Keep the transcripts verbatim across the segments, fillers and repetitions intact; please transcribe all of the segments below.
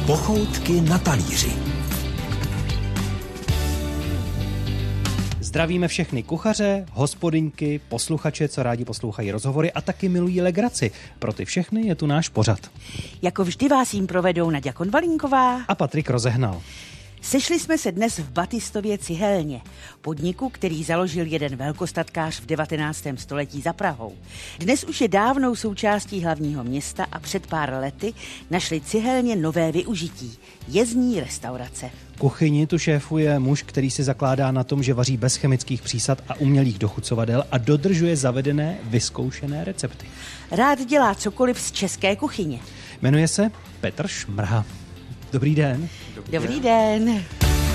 Pochoutky na talíři. Zdravíme všechny kuchaře, hospodyňky, posluchače, co rádi poslouchají rozhovory a taky milují legraci. Pro ty všechny je tu náš pořad. Jako vždy vás jim provedou Naďa Konvalinková A Patrik Rozehnal. Sešli jsme se dnes v Batistově cihelně, podniku, který založil jeden velkostatkář v devatenáctém století za Prahou. Dnes už je dávnou součástí hlavního města a před pár lety našli cihelně nové využití. Jezdní restaurace. Kuchyni tu šéfuje muž, který si zakládá na tom, že vaří bez chemických přísad a umělých dochucovadel a dodržuje zavedené, vyzkoušené recepty. Rád dělá cokoliv z české kuchyně. Jmenuje se Petr Šmrha. Dobrý den. Dobrý, Dobrý den. den.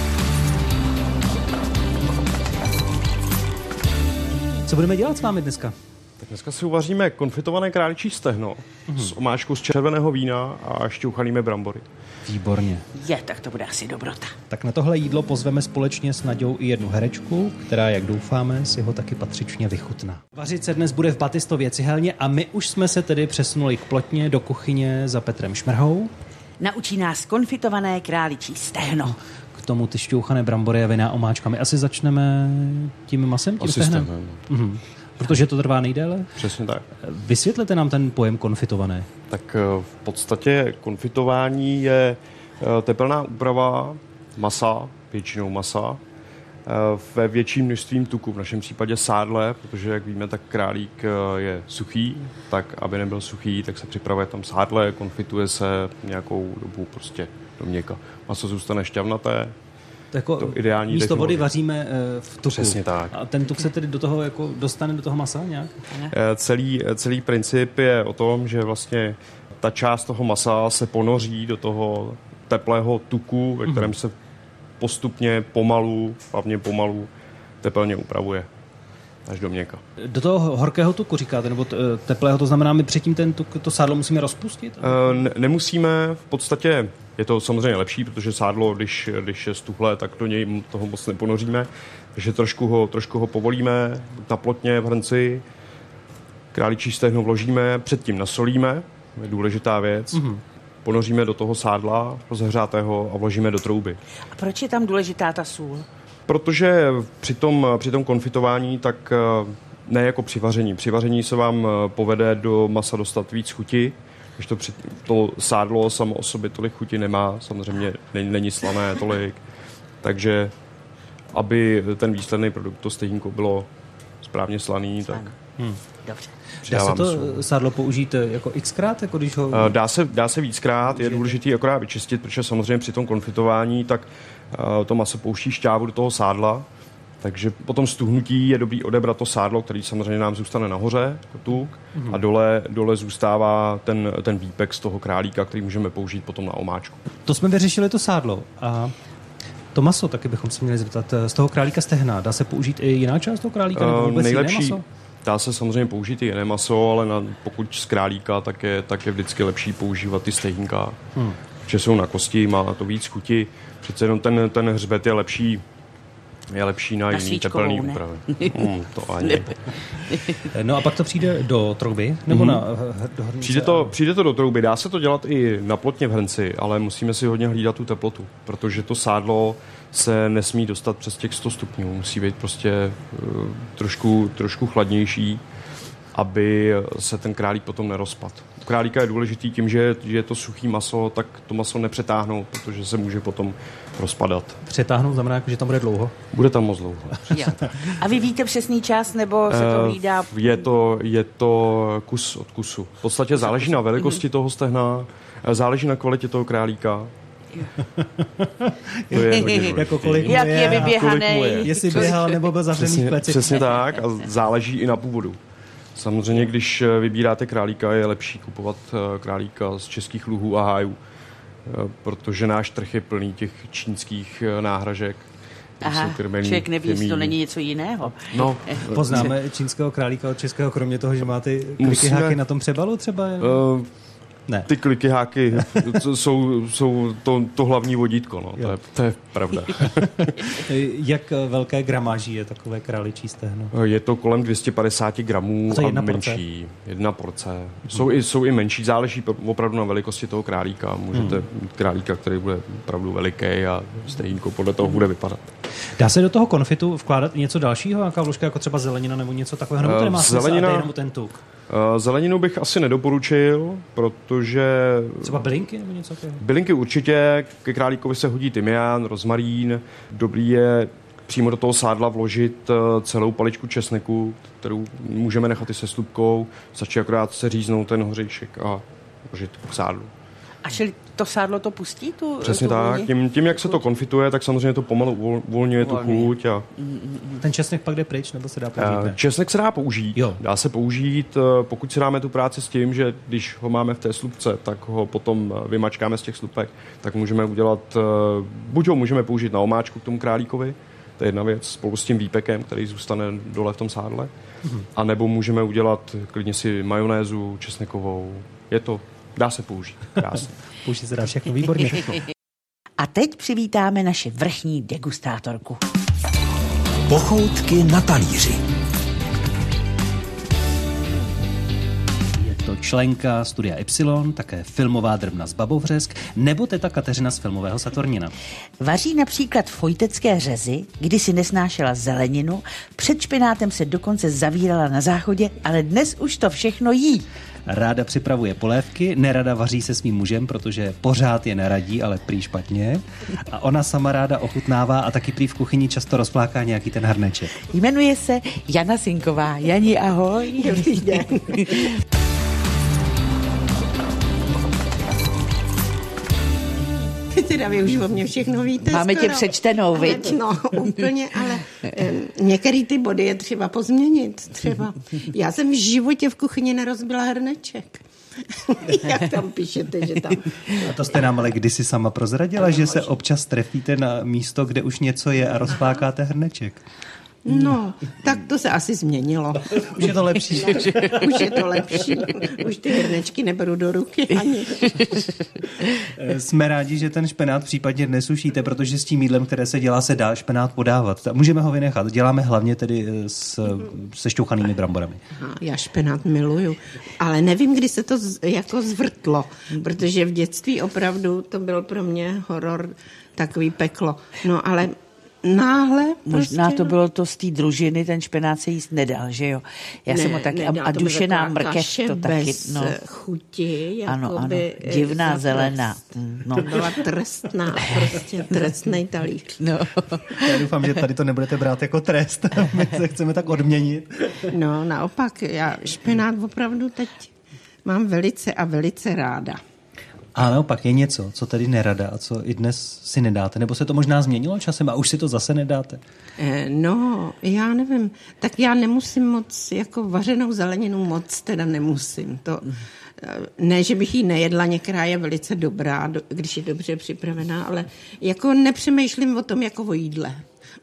Co budeme dělat s vámi dneska? Tak dneska si uvaříme konfitované králičí stehno mm-hmm. s omáčkou z červeného vína a šťouchanými brambory. Výborně. Je, tak to bude asi dobrota. Tak na tohle jídlo pozveme společně s Naďou i jednu herečku, která, jak doufáme, si ho taky patřičně vychutná. Vařit se dnes bude v Batistově cihelně a my už jsme se tedy přesunuli k plotně do kuchyně za Petrem Šmrhou. Naučí nás konfitované králičí stehno. K tomu ty šťouchané brambory a vinná omáčka. My asi začneme tím masem, tím asi stehnem? stehnem. Mhm. Protože to trvá nejdéle? Přesně tak. Vysvětlete nám ten pojem konfitované. Tak v podstatě konfitování je tepelná úprava masa, většinou masa, ve větším množství tuku, v našem případě sádle, protože jak víme, tak králík je suchý, tak aby nebyl suchý, tak se připravuje tam sádle, konfituje se nějakou dobu prostě do měka. Maso zůstane šťavnaté. To jako to ideální místo technologie. vody vaříme v tuku. Přesně tak. A ten tuk se tedy do toho jako dostane do toho masa nějak? Celý, celý princip je o tom, že vlastně ta část toho masa se ponoří do toho teplého tuku, ve kterém se postupně pomalu, hlavně pomalu, tepelně upravuje až do měka. Do toho horkého tuku říkáte, nebo teplého, to znamená, my předtím ten tuk, to sádlo musíme rozpustit? Ne, nemusíme, v podstatě je to samozřejmě lepší, protože sádlo, když, když je stuhlé, tak do něj toho moc neponoříme, takže trošku ho, trošku ho povolíme na plotně v hrnci, králičí stehno vložíme, předtím nasolíme, je důležitá věc, mm-hmm. ponoříme do toho sádla rozehřátého a vložíme do trouby. A proč je tam důležitá ta sůl? Protože při tom, při tom konfitování, tak ne jako při vaření. Při vaření se vám povede do masa dostat víc chuti, když to, při, to sádlo samo o sobě tolik chuti nemá, samozřejmě není, není slané tolik, takže aby ten výsledný produkt, to stehínko bylo správně slaný, tak... Hmm. Dobře. Dá se to sůl. Sádlo použít jako xkrát? Jako když ho... Dá se, dá se víckrát, je důležitý akorát vyčistit, protože samozřejmě při tom konfitování tak uh, to maso pouští šťávu do toho sádla, takže po tom stuhnutí je dobrý odebrat to sádlo, který samozřejmě nám zůstane nahoře, jako tuk, mm-hmm. a dole, dole zůstává ten, ten výpek z toho králíka, který můžeme použít potom na omáčku. To jsme vyřešili to sádlo a to maso taky bychom se měli zeptat. Z toho králíka stehna dá se použít i jiná část toho králíka nebo vůbec uh, jiné maso? Dá se samozřejmě použít i jiné maso, ale na, pokud z králíka, tak je, tak je vždycky lepší používat ty stehínka. Hmm. Protože jsou na kosti, má to víc chuti. Přece jenom ten, ten hřbet je lepší, je lepší na, na jiný teplný úpravy. Hmm, to ani. No a pak to přijde do trouby? Nebo mm-hmm. na, do hrnice? Přijde to, přijde to do trouby. Dá se to dělat i na plotně v hrnci, ale musíme si hodně hlídat tu teplotu, protože to sádlo se nesmí dostat přes těch sto stupňů. Musí být prostě uh, trošku, trošku chladnější, aby se ten králík potom nerozpad. U králíka je důležitý tím, že je to suchý maso, tak to maso nepřetáhnout, protože se může potom rozpadat. Přetáhnout znamená, že tam bude dlouho? Bude tam moc dlouho. A vy víte přesný čas, nebo se to hlídá? Je to, je to kus od kusu. V podstatě záleží na velikosti toho stehna, záleží na kvalitě toho králíka. To je jako kolik Jak je, je vyběhaný. Jestli běhal nebo byl zavřený v pleci. Přesně tak a záleží i na původu. Samozřejmě, když vybíráte králíka, je lepší kupovat králíka z českých luhů a hájů, protože náš trh je plný těch čínských náhražek. Aha, krmení, člověk neví, jestli to není něco jiného. No, poznáme čínského králíka od českého, kromě toho, že má ty kliky háky na tom přebalu třeba? Uh, Ne. Ty klikyháky jsou, jsou to, to hlavní vodítko, no. To je, to je pravda. Jak velké gramáží je takové králičí stehno? Je to kolem dvě stě padesát gramů a, a menší. Jedna porce. Hmm. Jsou, i, jsou i menší, záleží opravdu na velikosti toho králíka. Můžete hmm. mít králíka, který bude opravdu veliký a stejnko podle toho bude vypadat. Dá se do toho konfitu vkládat něco dalšího, nějaká vložka, jako třeba zelenina nebo něco takového, nebo to nemá smysl, a jenom ten tuk? Zeleninu bych asi nedoporučil, protože... Třeba bylinky nebo něco takového? Bylinky určitě, ke králíkovi se hodí tymián, rozmarín, dobrý je přímo do toho sádla vložit celou paličku česneku, kterou můžeme nechat i se slupkou, stačí akorát se říznout ten hořejšek a vložit k sádlu. A čili to sádlo to pustí? Tu, Přesně tu tak. Tím, tím, jak se to konfituje, tak samozřejmě to pomalu uvolňuje tu chuť. A... Ten česnek pak jde pryč, nebo se dá použít? Ne? Česnek se dá použít. Jo. Dá se použít, pokud si dáme tu práci s tím, že když ho máme v té slupce, tak ho potom vymačkáme z těch slupek, tak můžeme udělat, buď ho můžeme použít na omáčku k tomu králíkovi, to je jedna věc, spolu s tím výpekem, který zůstane dole v tom sádle, mhm. a nebo můžeme udělat klidně si majonézu česnekovou. Je to Dá se použít. Krásně. Použít se dá všechno, výborně. A teď přivítáme naši vrchní degustátorku. Pochoutky na talíři. Je to členka Studia Y, také filmová drvna z Babovřesk, nebo teta Kateřina z filmového Saturnina. Vaří například fojtecké řezy, kdy si nesnášela zeleninu, před špenátem se dokonce zavírala na záchodě, ale dnes už to všechno jí. Ráda připravuje polévky, nerada vaří se svým mužem, protože pořád je neradí, ale prý špatně. A ona sama ráda ochutnává a taky prý v kuchyni často rozfláká nějaký ten hrneček. Jmenuje se Jana Sinková. Jani, ahoj. Dobrý den. Teda vy už o mě všechno víte. Máme skoro. Tě přečtenou, viď? No, úplně, ale um, některé ty body je třeba pozměnit. Třeba. Já jsem v životě v kuchyni nerozbila hrneček. Jak tam píšete, že tam... A to jste nám ale kdysi sama prozradila, no, že se občas trefíte na místo, kde už něco je a rozflákáte hrneček. No, tak to se asi změnilo. Už je to lepší. No, už je to lepší. Už ty hrnečky neberu do ruky ani. Jsme rádi, že ten špenát případně nesušíte, protože s tím jídlem, které se dělá, se dá špenát podávat. Můžeme ho vynechat. Děláme hlavně tedy s, se šťouchanými bramborami. Aha, já špenát miluju, ale nevím, kdy se to z, jako zvrtlo, protože v dětství opravdu to byl pro mě horor, takový peklo. No ale náhle prostě... Možná to bylo to z té družiny, ten špenát se jíst nedal, že jo? Já ne, jsem ho taky, nedal, a dušená mrkev to taky. Bez no. chuti, jako ano, ano, by divná zelená. No. To byla trestná, prostě trestnej talíř. No. Já doufám, že tady to nebudete brát jako trest. My se chceme tak odměnit. No, naopak, já špenát opravdu teď mám velice a velice ráda. A naopak je něco, co tedy nerada a co i dnes si nedáte, nebo se to možná změnilo časem a už si to zase nedáte? No, já nevím. Tak já nemusím moc, jako vařenou zeleninu moc teda nemusím. To, ne, že bych ji nejedla, některá je velice dobrá, když je dobře připravená, ale jako nepřemýšlím o tom jako o jídle.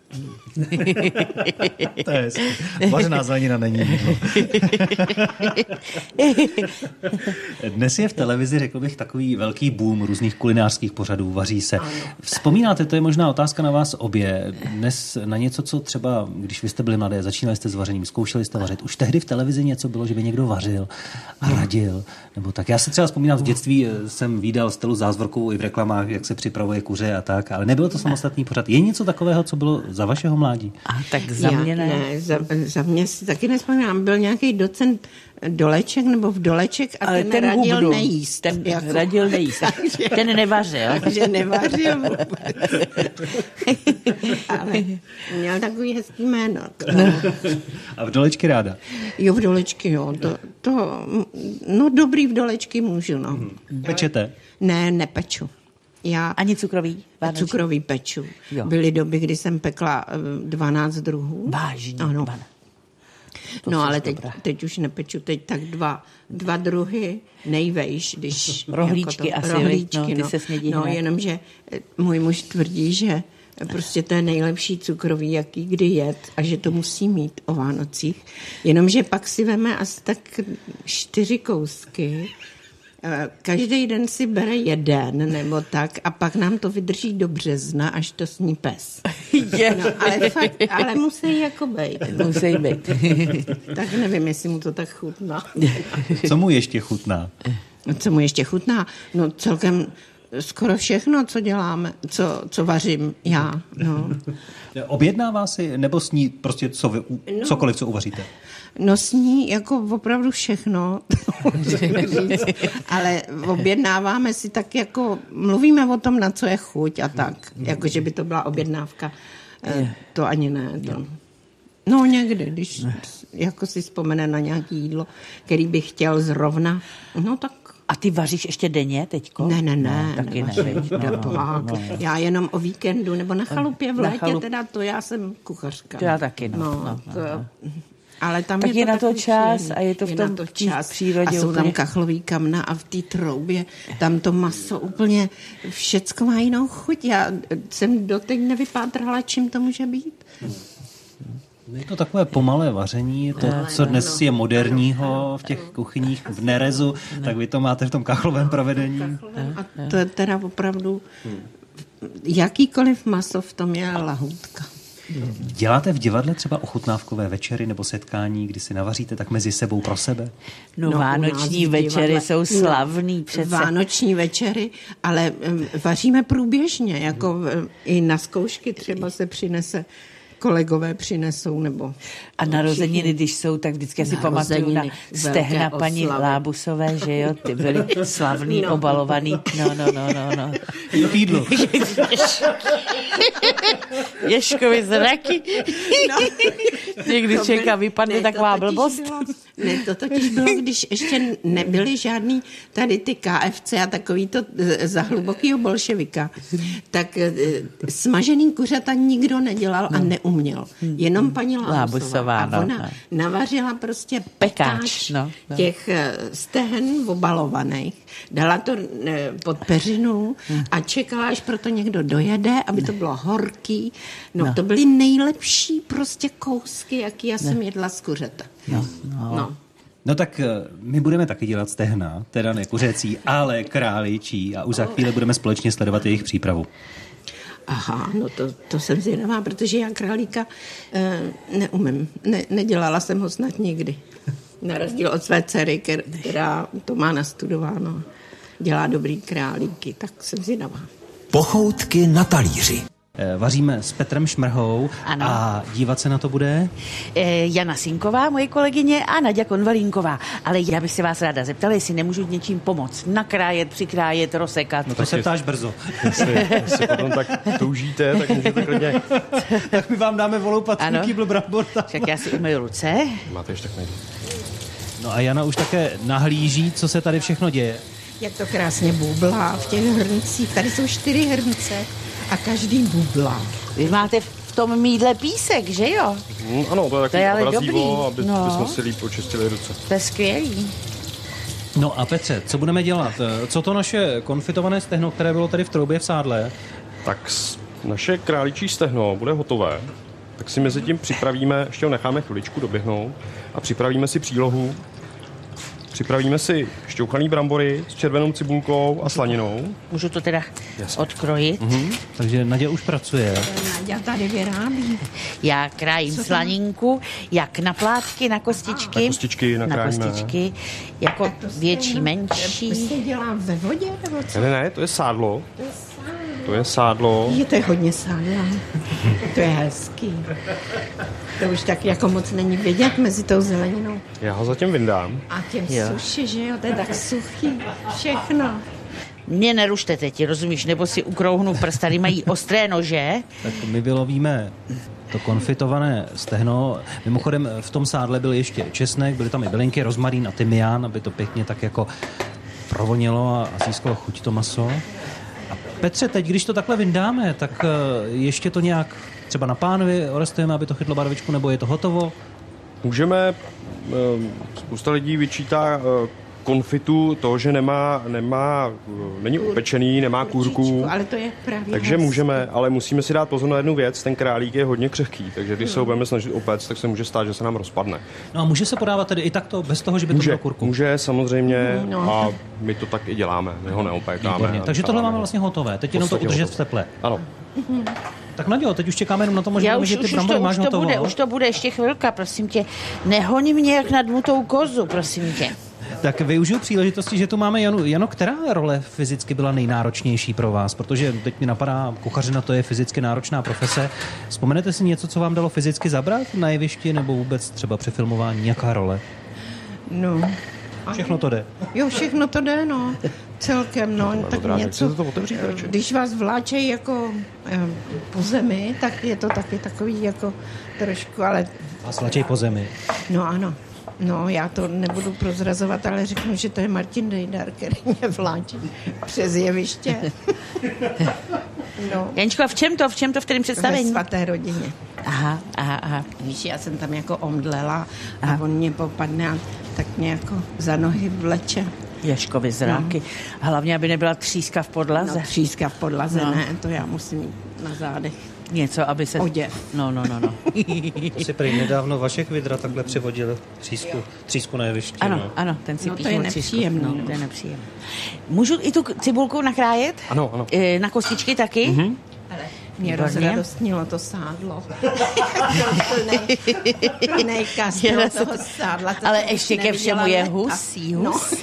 To je hezky. Vařená zelenina není jídlo. Dnes je v televizi, řekl bych, takový velký boom různých kulinářských pořadů, vaří se. Vzpomínáte, to je možná otázka na vás obě, dnes na něco, co třeba, když vy jste byli mladé, začínali jste s vařením, zkoušeli jste vařit, už tehdy v televizi něco bylo, že by někdo vařil a radil, nebo tak. Já se třeba vzpomínám, v dětství jsem vídal Stelu Zázvorkovou i v reklamách, jak se připravuje kuře a tak, ale nebylo to samostatný pořad. Je něco takového, co bylo za vašeho mládí? A tak za mě ne. ne za, za mě si taky nespomínám. Byl nějaký docent Doleček nebo v Doleček a ale ten, ten radil hubnu. nejíst. Ten jako. radil nejíst. Ten nevařil. Takže nevařil vůbec. Ale měl takový hezký jméno. A v Dolečky ráda? Jo, v Dolečky, jo. To, to, no dobrý v Dolečky můžu, no. Pečete? Ne, nepeču. Já ani cukrový? Vánoční? Cukrový peču. Jo. Byly doby, kdy jsem pekla dvanáct druhů. Vážně? Ano. To no ale teď, teď už nepeču, teď tak dva, dva druhy nejvejš, když... Rohlíčky jako to, asi, rohlíčky, no, ty no. se snědí No, hned. jenomže můj muž tvrdí, že prostě to je nejlepší cukrový, jaký kdy jet a že to musí mít o Vánocích. Jenomže pak si veme asi tak čtyři kousky každý den si bere jeden nebo tak a pak nám to vydrží do března, až to sní pes. No, ale, fakt, ale musí jako bejt. Musí být. Tak nevím, jestli mu to tak chutná. Co mu ještě chutná? Co mu ještě chutná? No celkem skoro všechno, co děláme, co, co vařím já. No. Objednává si nebo sní prostě co vy, cokoliv, co uvaříte? No sní jako opravdu všechno, ale objednáváme si tak jako, mluvíme o tom, na co je chuť a tak, jako že by to byla objednávka, to ani ne. To. No někdy, když jako si vzpomene na nějaké jídlo, který bych chtěl zrovna, no tak. A ty vaříš ještě denně teďko? Ne, ne, ne. No, taky nevím. No, no, no, no. Já jenom o víkendu, nebo na chalupě v létě, chalup... teda to já jsem kuchařka. To já taky, no. no, no, to... no, no. Ale tam tak je, je to na to čas příjemný. A je to v je tom to čas. přírodě. A jsou úplně... tam kachlový kamna a v té troubě tam to maso úplně všecko má jinou chuť. Já jsem doteď nevypátrala, čím to může být. Je to takové pomalé vaření, to, co dnes je moderního v těch kuchyních v nerezu, tak vy to máte v tom kachlovém provedení. A to je teda opravdu jakýkoliv maso v tom je lahůdka. Děláte v divadle třeba ochutnávkové večery nebo setkání, kdy si navaříte tak mezi sebou pro sebe? No, no vánoční večery divadle jsou slavný přece. Vánoční večery, ale vaříme průběžně, jako i na zkoušky třeba se přinese kolegové přinesou, nebo... A narozeniny, když jsou, tak vždycky si pamatuju na stehna paní Lábusové, že jo, ty byly slavný, no. Obalovaný, no, no, no, no, no. Jo, jídlo. Ježkovi zraky. No. Někdy čeká, vypadne ne, taková blbost. Bylo, ne, to totiž bylo, když ještě nebyly žádný tady ty K F C a takový to za hlubokýho bolševika, tak smažený kuřata nikdo nedělal no. a neuměl. Jenom paní Lábusová. A ona no. navařila prostě pekáč, pekáč no, no. těch stehen obalovaných, dala to pod peřinu a čekala, až proto někdo dojede, aby to bylo horký. No, no. to byly nejlepší prostě kousky, jaký já jsem no. jedla z kuřata. No. No. No. No tak my budeme taky dělat stehna, teda ne kuřecí, ale králičí a už za chvíli budeme společně sledovat jejich přípravu. Aha, no to, to jsem zvědavá, protože já králíka e, neumím. Ne, nedělala jsem ho snad nikdy. Na rozdíl od své dcery, která to má nastudováno. Dělá dobrý králíky, tak jsem zvědavá. Pochoutky na talíři. Vaříme s Petrem Šmrhou ano. a dívat se na to bude? E, Jana Sinková, moje kolegyně, a Naďa Konvalínková. Ale já bych se vás ráda zeptala, jestli nemůžu něčím pomoct. Nakrájet, přikrájet, rozsekat. No to se ptáš brzo. Jestli, jestli potom tak toužíte, tak můžete klidně. Tak my vám dáme voloupat kýbl brambor. Tak já si umyju ruce. Máte ještě tak nejde. No a Jana už také nahlíží, co se tady všechno děje. Jak to krásně bublá v těch hrncích. Tady jsou čtyři hrnce. A každý bublá. Vy máte v tom mídle písek, že jo? Mm, ano, to je takový abrazivo, aby no. jsme si líp očistili ruce. To je skvělý. No a Petře, co budeme dělat? Co to naše konfitované stehno, které bylo tady v troubě v sádle? Tak naše králičí stehno bude hotové. Tak si mezi tím připravíme, ještě ho necháme chviličku doběhnout a připravíme si přílohu. Připravíme si šťouchaný brambory s červenou cibulkou a slaninou. Můžu to teda Jasně. odkrojit? Mm-hmm. Takže Naděja už pracuje. Naděja tady vyrábí. Já krájím slaninku, jak na plátky, na kostičky. Na kostičky nakrájíme. Na kostičky, jako větší, menší. To se dělá ve vodě, nebo co? Ne, ne, to je sádlo. To je sádlo. To je sádlo. Je to je hodně sádla. To je hezký. To už tak jako moc není vidět mezi tou zeleninou. Já ho zatím vyndám. A těm suši, že jo, to je tak suchý. Všechno. Mě nerušte teď, rozumíš, nebo si ukrouhnu prst, tady mají ostré nože. Tak my vylovíme to konfitované stehno. Mimochodem v tom sádle byl ještě česnek, byly tam i bylinky, rozmarín a tymián, aby to pěkně tak jako provonilo a získalo chuť to maso. A Petře, teď, když to takhle vyndáme, tak ještě to nějak třeba na pánvi orestujeme, aby to chytlo barvičku, nebo je to hotovo? Můžeme, spousta lidí vyčítá konfitu to, že nemá, nemá není upečený, nemá kůrku. Ale to je právě Takže hezky. můžeme, ale musíme si dát pozor na jednu věc, ten králík je hodně křehký, takže když se ho budeme snažit opéct, tak se může stát, že se nám rozpadne. No a může se podávat tedy i takto, bez toho, že by to Může, bylo kurku? může samozřejmě No. a my to tak i děláme, my ho neopékáme. Výborně. a Takže tohle necháváme máme ho. vlastně hotové, teď jenom to podstatě udržet hotové. v teple. Ano. Tak Naďo, teď už čekáme jenom na to, že Já budeme už, vidět už, ty už, brambory, to, máš už to hotovo. bude, už to bude ještě chvilka, prosím tě. Nehoň mě jak nadmutou kozu, prosím tě. Tak využiju příležitosti, že tu máme Janu. Jano, která role fyzicky byla nejnáročnější pro vás? Protože teď mi napadá, kuchařina to je fyzicky náročná profese. Vzpomenete si něco, co vám dalo fyzicky zabrat na jevišti nebo vůbec třeba při filmování? Jaká role? No. Všechno to jde. Jo, všechno to jde, no. Celkem, no. Tak Dobrá, něco, jak si to otevřít radši? když vás vláčejí jako eh, po zemi, tak je to taky takový jako trošku, ale A slačej po zemi. no ano. No, já to nebudu prozrazovat, ale řeknu, že to je Martin Dejdar, který mě vláčí přes jeviště. No, Janičko, a v čem to, v čem to, v kterém ve představení? Svaté rodině. Aha, aha, aha. Víš, já jsem tam jako omdlela a on mě popadne a tak mě jako za nohy vleče. Ježkovi zráky. Hlavně, aby nebyla tříska v podlaze. No, tříska v podlaze, No. ne, to já musím mít na zádech. Něco, aby se... Oděv. No, no, no, no. To si prý nedávno Vašek Vidra takhle přivodil třísku, třísku na jevišti. Ano, no. ano, ten si No, to píchnul je třísku. nepříjemný, No, no. to je nepříjemné. Můžu i tu cibulku nakrájet? Ano, ano. E, na kostičky taky? Mm-hmm. Mě Výborně. rozradostnilo to sádlo. plnej, plnej kastro toho sádla. To Ale jsem ještě už ke neviděla všemu je léta. husí, No. husí.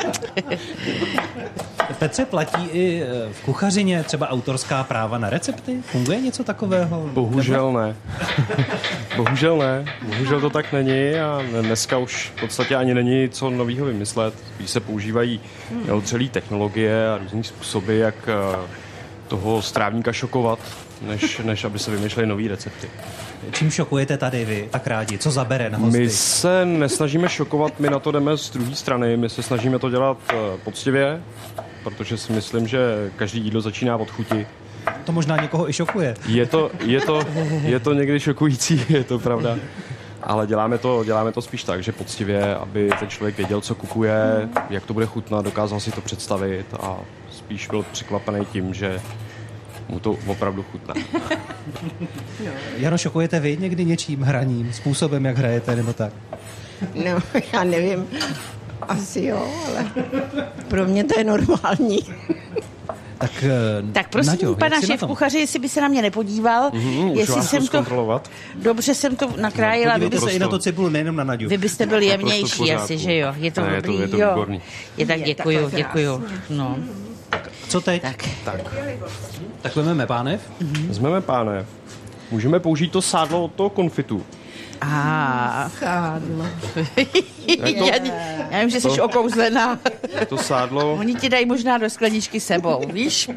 Petře, platí i e, v kuchařině třeba autorská práva na recepty? Funguje něco takového? Bohužel ne. Bohužel ne. Bohužel to tak není a dneska už v podstatě ani není co novýho vymyslet. Když se používají neotřelý technologie a různý způsoby, jak eh, toho strávníka šokovat, než, než aby se vymýšlely nové recepty. Čím šokujete tady vy tak rádi? Co zabere na hosty? My se nesnažíme šokovat, my na to jdeme z druhé strany, my se snažíme to dělat eh, poctivě, protože si myslím, že každý jídlo začíná od chuti. To možná někoho i šokuje. Je to, je to, je to někdy šokující, je to pravda. Ale děláme to, děláme to spíš tak, že poctivě, aby ten člověk věděl, co kupuje, jak to bude chutnat, dokázal si to představit a spíš byl překvapený tím, že mu to opravdu chutná. Jano, šokujete vy někdy něčím hraním, způsobem, jak hrajete, nebo tak? No, já nevím. Asi jo, ale pro mě to je normální. Tak, e, Tak prosím, Naďo, pana jak jsi na šéf tom? kuchaři, jestli by se na mě nepodíval, Mm, jestli vás jsem to to... zkontrolovat? Dobře jsem to nakrájela, vy, Podívejte byste, se i na to cibulu, nejenom na Naďu. vy byste byl Naprosto v jemnější pořádku. asi, že jo? Je to Ne, je to- dobrý, je to jo. výborný. Je tak Je děkuju, takhle děkuju. krásně. No, Co teď? tak. Tak, Tak vememe pánev. vezmeme pánev. Můžeme použít to sádlo od toho konfitu. A Sádlo. to- já, já vím, že jsi to- okouzlená. To sádlo, Oni ti dají možná do skleničky sebou, víš?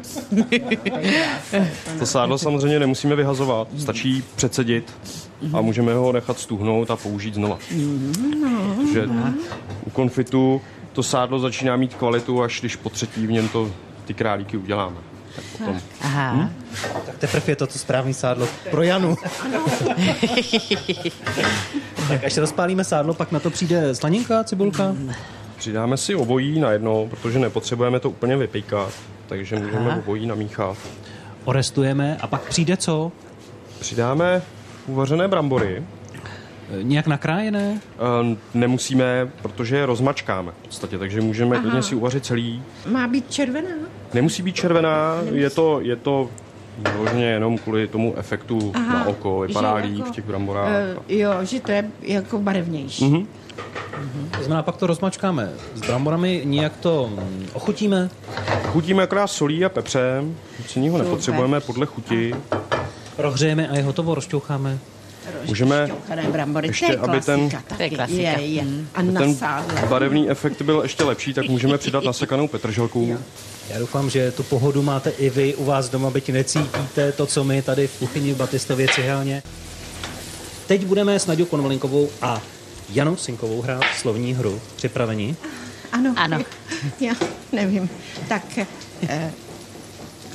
to sádlo samozřejmě nemusíme vyhazovat, stačí předsedit a můžeme ho nechat stuhnout a použít znova. Takže u konfitu to sádlo začíná mít kvalitu, až když po třetí v něm to ty králíky uděláme. Tak potom. Aha. Tak teprve je to to správný sádlo pro Janu. Tak až rozpálíme sádlo, pak na to přijde slaninka, cibulka. Přidáme si obojí najednou, protože nepotřebujeme to úplně vypejkat, takže můžeme Aha. obojí namíchat. Orestujeme a pak přijde co? Přidáme uvařené brambory. E, Nějak nakrájené? E, Nemusíme, protože je rozmačkáme v podstatě, takže můžeme klidně si uvařit celý. Má být červená? Nemusí být červená, je to, je to vyloženě jenom kvůli tomu efektu Aha, na oko, vypadá že líp jako, v těch bramborách. Uh, jo, že to je jako barevnější. Mhm. To znamená, pak to rozmačkáme s bramborami, nějak to mm, ochutíme. Chutíme akorát solí a pepřem, nic jiného nepotřebujeme podle chuti. Prohřejeme a je hotovo, rozťoucháme. Můžeme Šťouchané brambory, ještě, to je aby ten- klasika. To je taky. klasika. Je, je. A na ten sádle. barevný efekt byl ještě lepší, tak můžeme přidat nasekanou petrželku. Já doufám, že tu pohodu máte i vy u vás doma, byť necítíte to, co my tady v kuchyni v Batistově cihelně. Teď budeme s Naďou Konvalinkovou a Janou Sinkovou hrát slovní hru. Připraveni? Ano. Ano. Já nevím. Tak eh,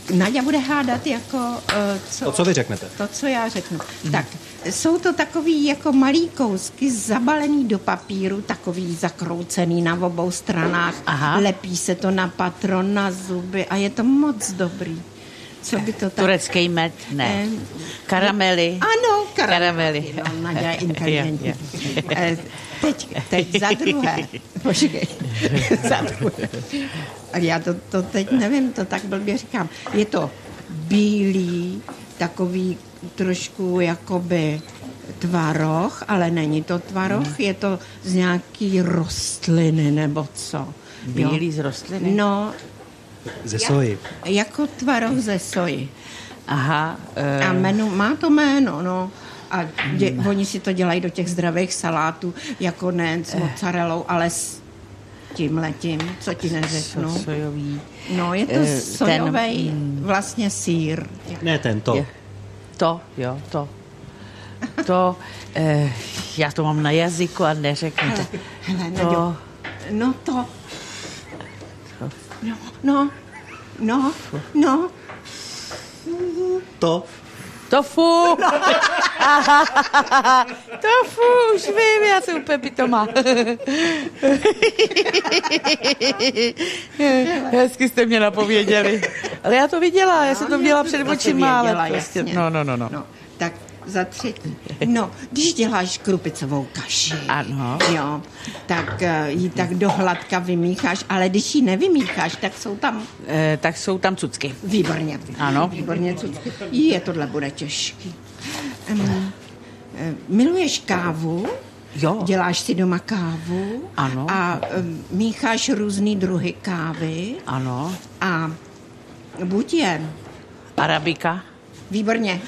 Naďa bude hádat jako... Uh, co, To, co vy řeknete. To, co já řeknu. Mm. Tak, jsou to takový jako malý kousky zabalený do papíru, takový zakroucený na obou stranách. Aha. Lepí se to na patron, na zuby a je to moc dobrý. Co by to tak... Turecký med? Ne. Eh, Karamely? Ano, Karamely. No, Naďa je inteligentní. Jo, Eh, teď, teď za druhé. Počkej. Za druhé. A já to, to teď nevím, to tak blbě říkám. Je to bílý, takový trošku jakoby tvaroh, ale není to tvaroh, je to z nějaký rostliny nebo co. Bílý Jo. z rostliny? No, Ze soji. jako tvaroh ze soji. Aha. A Uh, menu, má to jméno, no. A dě, oni si to dělají do těch zdravých salátů, jako ne s mozzarellou, ale s tímhletím, co ti neřeknu. so, sojový. No, je to Eh, sojový ten- vlastně sýr. Ne tento. Je. To, jo, to. To, uh, já to mám na jazyku a neřeknu to. Hele, To, Naďo, no to. No, no, no, no. To. tofu! Tofu, už vím, já jsem úplně pitomá. Hezky jste mě napověděli. Ale já to viděla, já jsem to viděla před očima, ale prostě, no, no, no, no. No, tak za třetí. No, když děláš krupicovou kaši, Ano. jo, tak uh, ji tak dohladka vymícháš, ale když ji nevymícháš, tak jsou tam E, tak jsou tam cucky. výborně. Ano. Výborně cucky. Je, tohle bude těžký. Um, miluješ kávu? Jo. Děláš si doma kávu? Ano. A um, mícháš různý druhy kávy? Ano. A buď je Arabika. výborně.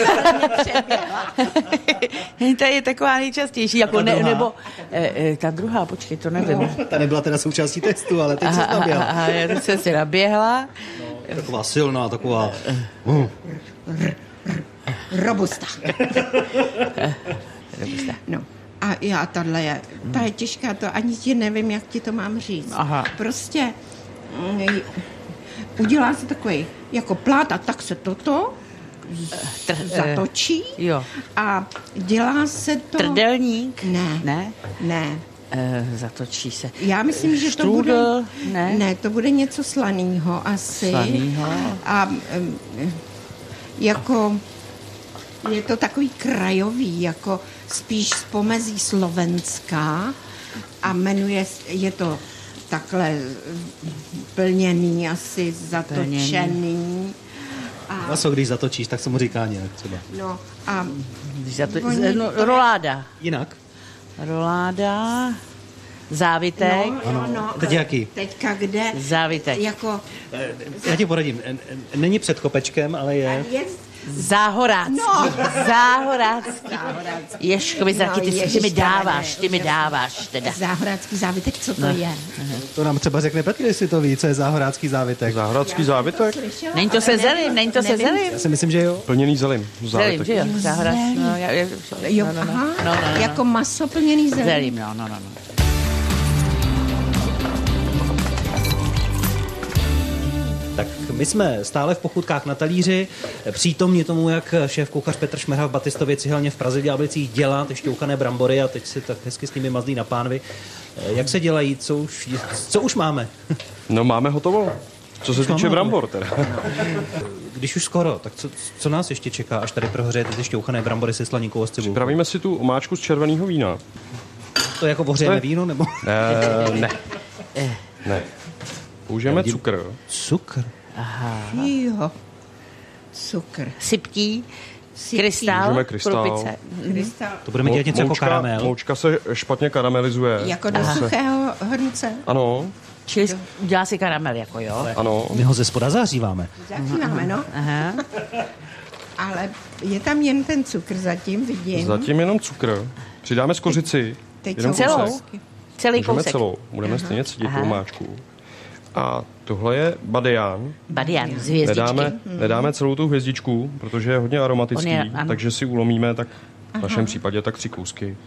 Ta je taková nejčastější, jako ne, nebo e, e, ta druhá, počkej, to nevím. Ta nebyla teda součástí testu, ale teď se Aha, tam aha, běhla. aha, já teď jsem si naběhla. Taková silná, taková... Uh. Robusta. No. A já, tahle je, ta je těžká, to ani ti nevím, jak ti to mám říct. Aha. Prostě mm, udělá se takový jako plát a tak se toto Tr, e, zatočí jo. a dělá se to... Trdelník? Ne. Ne? Ne. E, zatočí se. Já myslím, že to bude... Štrůdl? Ne? Ne, to bude něco slanýho asi. Slanýho. A um, jako... Je to takový krajový, jako spíš z pomezí Slovenska a jmenuje, je to takhle plněný, asi zatočený. A, A co, když zatočíš, tak se mu říká nějak třeba. no, a Když za to, Oni no, to- roláda. Jinak? Roláda. Závitek. no, no, no, Teď jaký? Teďka kde? Závitek. Jako, Já ti poradím. Není před kopečkem, ale je... je, Záhorácký. No. Záhorácký. Ježkovi zraky, ty, No, si- ty mi ježiš, dáváš, ty mi Dane. dáváš teda. záhorácký závitek, co to je? To nám třeba řekne Petr, jestli to ví, co je záhorácký závitek. Záhradský závitek? Není to se zelim, není to se nevím. zelim. Já si myslím, že jo. Plněný zelim. Zelim, Závitek. že jo? Záhorácký. No, já, já, Jo, no, no, no. aha, No, no, no. jako maso plněný zelí. Zelim, no, no, no. no. Tak my jsme stále v pochůdkách na talíři, přítomně tomu, jak šéf-kuchař Petr Šmerha v Batistově cihelně v Praze v Ďáblicích dělá ty šťouchané brambory a teď si tak hezky s nimi mazlí na pánvi. Jak se dělají, co už, co už máme? No máme hotovo. Co se Už máme týče hotovo. brambor teda. Když už skoro, tak co, co nás ještě čeká, až tady prohřejete ty šťouchané brambory se slaninkou a s cibulkou? Připravíme si tu omáčku z červeného vína. To jako ohřejeme To je- víno, nebo? E, ne. Ne. Použijeme Vidím. cukr. Cukr. Jo, cukr. Sypký, Sypký. krystál, Můžeme krystál. krupice. Krystal. To budeme dělat něco jako Moučka- karamel. Moučka se špatně karamelizuje. Jako do suchého hrnce. Ano, Čili dělá si karamel, jako jo. ano. My ho ze spoda zahříváme. Začínáme, no. Aha. Ale je tam jen ten cukr zatím, vidím. Zatím jenom cukr. Přidáme skořici. Teď Jenom jsou Celou? kousek. Celý Můžeme kousek. celou. Budeme stejně cítit Aha. tu omáčku. A tohle je badián. Badian z hvězdičky. Nedáme, nedáme celou tu hvězdičku, protože je hodně aromatický, On je- ano. takže si ulomíme tak v našem případě tak tři kousky.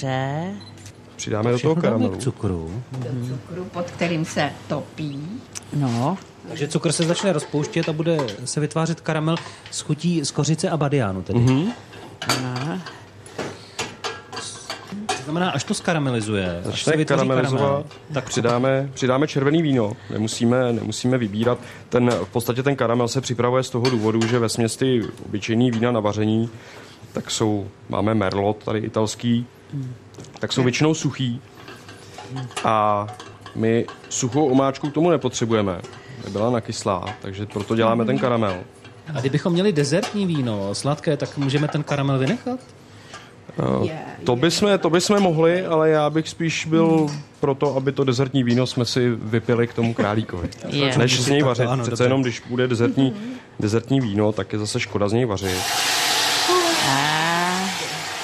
Dobře. Přidáme do toho Všechno dáme karamelu. k cukru. Do cukru, pod kterým se topí. No. Takže cukr se začne rozpouštět a bude se vytvářet karamel s chutí z kořice a badiánu tedy. Mm-hmm. To znamená, až to skaramelizuje, až se vytvoří karamelizovat, karamel, tak přidáme, přidáme červený víno. Nemusíme, nemusíme vybírat. Ten, v podstatě ten karamel se připravuje z toho důvodu, že vesměs ty obyčejný vína na vaření, tak jsou, máme merlot tady italský, tak jsou většinou suchý. A my suchou omáčku k tomu nepotřebujeme. Byla nakyslá, takže proto děláme ten karamel. A kdybychom měli dezertní víno, sladké, tak můžeme ten karamel vynechat? Uh, to bychom, to bychom mohli, ale já bych spíš byl pro to, aby to dezertní víno jsme si vypili k tomu králíkovi. Yeah. Než z něj vařit. Ano, Přece dobře. jenom, když bude dezertní, dezertní víno, tak je zase škoda z něj vařit. A...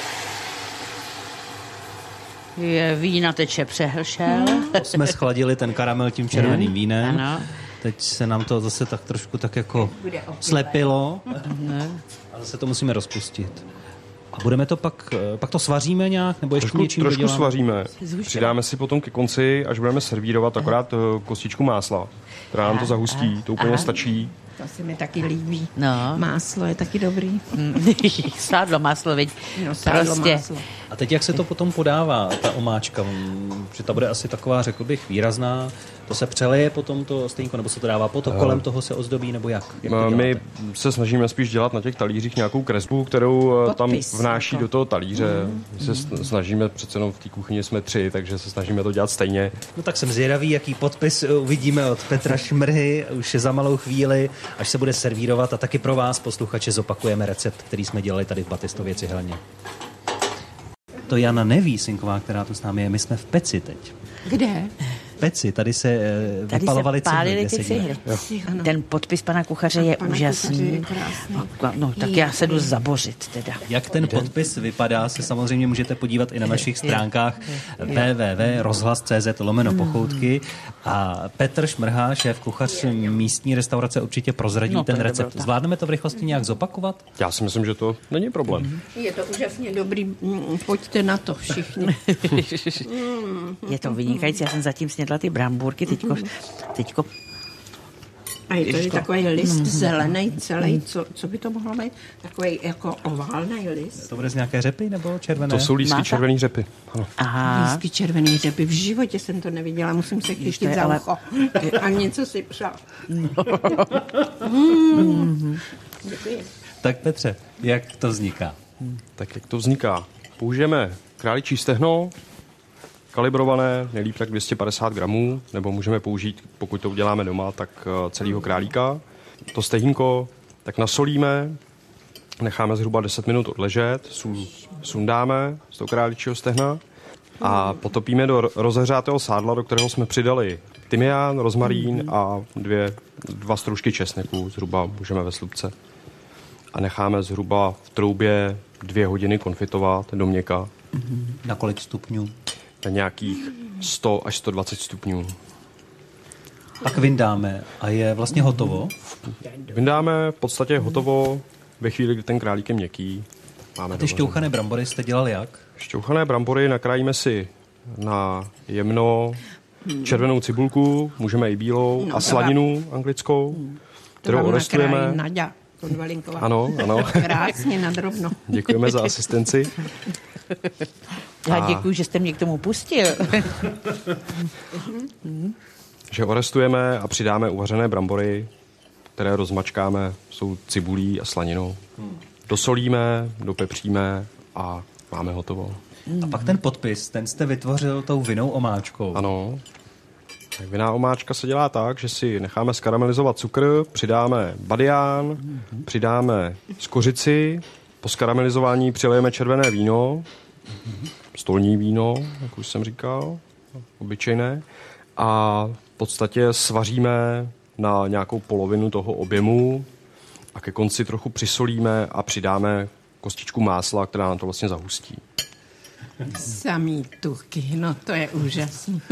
Je, vína teče přehlšel. Jsme schladili ten karamel tím červeným vínem. Ano. Teď se nám to zase tak trošku tak jako slepilo, ale se to musíme rozpustit. A budeme to pak, pak to svaříme nějak, nebo ještě Trošku, něčím trošku doděláme? svaříme. Přidáme si potom ke konci, až budeme servírovat, akorát kostičku másla, která nám to zahustí. To úplně stačí. To se mi taky líbí. No. Máslo je taky dobrý. Sádlo máslo, viď? No, sádlo Prostě. máslo. A teď jak se to potom podává, ta omáčka? Mm, Že ta bude asi taková, řekl bych, výrazná. To se přeleje potom to stejnko, nebo se to dává potom, kolem toho se ozdobí, nebo jak? jak to My děláte? se snažíme spíš dělat na těch talířích nějakou kresbu, kterou Podpis, tam vnáší jako. do toho talíře. My se snažíme, přece jenom v té kuchyni jsme tři, takže se snažíme to dělat stejně. No tak jsem zvědavý, jaký podpis uvidíme od Petra Šmrhy už je za malou chvíli, až se bude servírovat a taky pro vás, posluchače, zopakujeme recept, který jsme dělali tady v Batistově cihelně. To Jana neví, synková, která tu s námi je, my jsme v peci teď. Kde? Peci, tady se eh, Tady vypalovaly se pálily cihly, ty kde sedíme. cihly. Ano. Ten podpis pana kuchaře je Pana úžasný. kuchaře je krásný. No, no, tak já se jdu zabořit teda. Jak ten podpis vypadá, se samozřejmě můžete podívat i na našich stránkách w w w tečka rozhlas tečka c z lomeno pochoutky a Petr Šmrha, šéf kuchař místní restaurace, určitě prozradí No, ten to je recept. dobrota. Zvládneme to v rychlosti nějak zopakovat? Já si myslím, že to není problém. Je to úžasně dobrý. Mm, Pojďte na to všichni. Je to vynikající, já jsem zatím snědla ty brambůrky, teďko, teďko A je tady takový list zelený celý. Co, co by to mohlo být? Takový jako oválný list. To bude z nějaké řepy nebo červené? To jsou lístky Máte? červený řepy. Ano. aha, Lístky červený řepy. V životě jsem to neviděla. Musím se to chytit je za ale- ucho. A něco si přál. Tak Petře, jak to vzniká? Tak jak to vzniká? Použijeme králičí stehno, kalibrované, nejlíp tak dvě stě padesát gramů, nebo můžeme použít, pokud to uděláme doma, tak eh, celého králíka. To stehínko tak nasolíme, necháme zhruba deset minut odležet, sůl sundáme z toho králičího stehna a potopíme do rozehřátého sádla, do kterého jsme přidali tymián, rozmarín a dvě, dva stružky česneku, zhruba můžeme ve slupce. A necháme zhruba v troubě dvě hodiny konfitovat do měka Na kolik stupňů? na nějakých sto až sto dvacet stupňů. Pak vyndáme a je vlastně hotovo. Vyndáme, v podstatě je hotovo ve chvíli, kdy ten králík je měkký. Máme Ty dovařené. šťouchané brambory jste dělali jak? Šťouchané brambory nakrájíme si na jemno červenou cibulku, můžeme i bílou, No, a slaninu anglickou, kterou To vám orestujeme. nakrájí Naďa Konvalinková. Ano, ano. Krásně nadrobno. Děkujeme za asistenci. já A- děkuji, že jste mě k tomu pustil. Že orestujeme a přidáme uvařené brambory, které rozmačkáme, jsou cibulí a slaninou. Dosolíme, dopepříme a máme hotovo. A pak ten podpis, ten jste vytvořil tou vinnou omáčkou. Ano. Tak vinná omáčka se dělá tak, že si necháme skaramelizovat cukr, přidáme badián, mm-hmm. přidáme skořici, po skaramelizování přilejeme červené víno, mm-hmm. stolní víno, jak už jsem říkal, obyčejné, a v podstatě svaříme na nějakou polovinu toho objemu a ke konci trochu přisolíme a přidáme kostičku másla, která nám to vlastně zahustí. Samý tuky, no to je úžasný.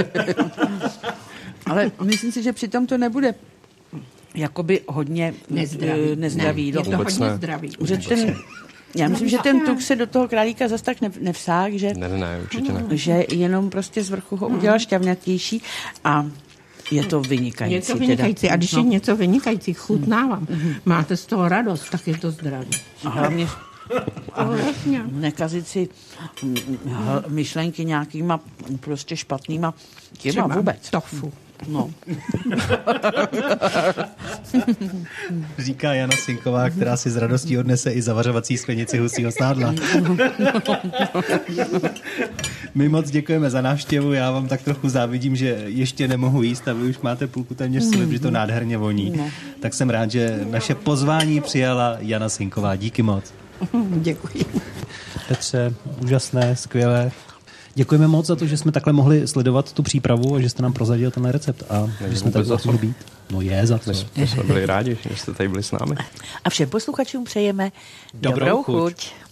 Ale myslím si, že přitom to nebude jakoby hodně Nezdravý. eh, nezdravý Ne, jídlo. je to Vůbec hodně ne. zdravý. Že ten, já myslím, že ten tuk se do toho králíka zas tak nev- nevsák, že, Ne, ne, ne, určitě ne. že jenom prostě z vrchu ho udělal šťavnatější a Je to vynikající. Je to vynikající. Teda. A když no. je něco vynikající, chutná vám, máte z toho radost, tak je to zdraví. A hlavně To jasně. nekazit si myšlenky nějakýma prostě špatnýma těma Třeba vůbec. tofu. No. Říká Jana Sinková, která si s radostí odnese i zavařovací sklenici husího sádla. My moc děkujeme za návštěvu, já vám tak trochu závidím, že ještě nemohu jíst a vy už máte půlku téměř sily, protože to nádherně voní. No. Tak jsem rád, že naše pozvání přijala Jana Sinková. Díky moc. Děkuji. Petře, úžasné, skvělé. Děkujeme moc za to, že jsme takhle mohli sledovat tu přípravu a že jste nám prozradil tenhle recept a Není že jsme tady mohli být. No je za to. My jsme byli rádi, že jste tady byli s námi. A všem posluchačům přejeme Dobrou dobrou chuť. chuť.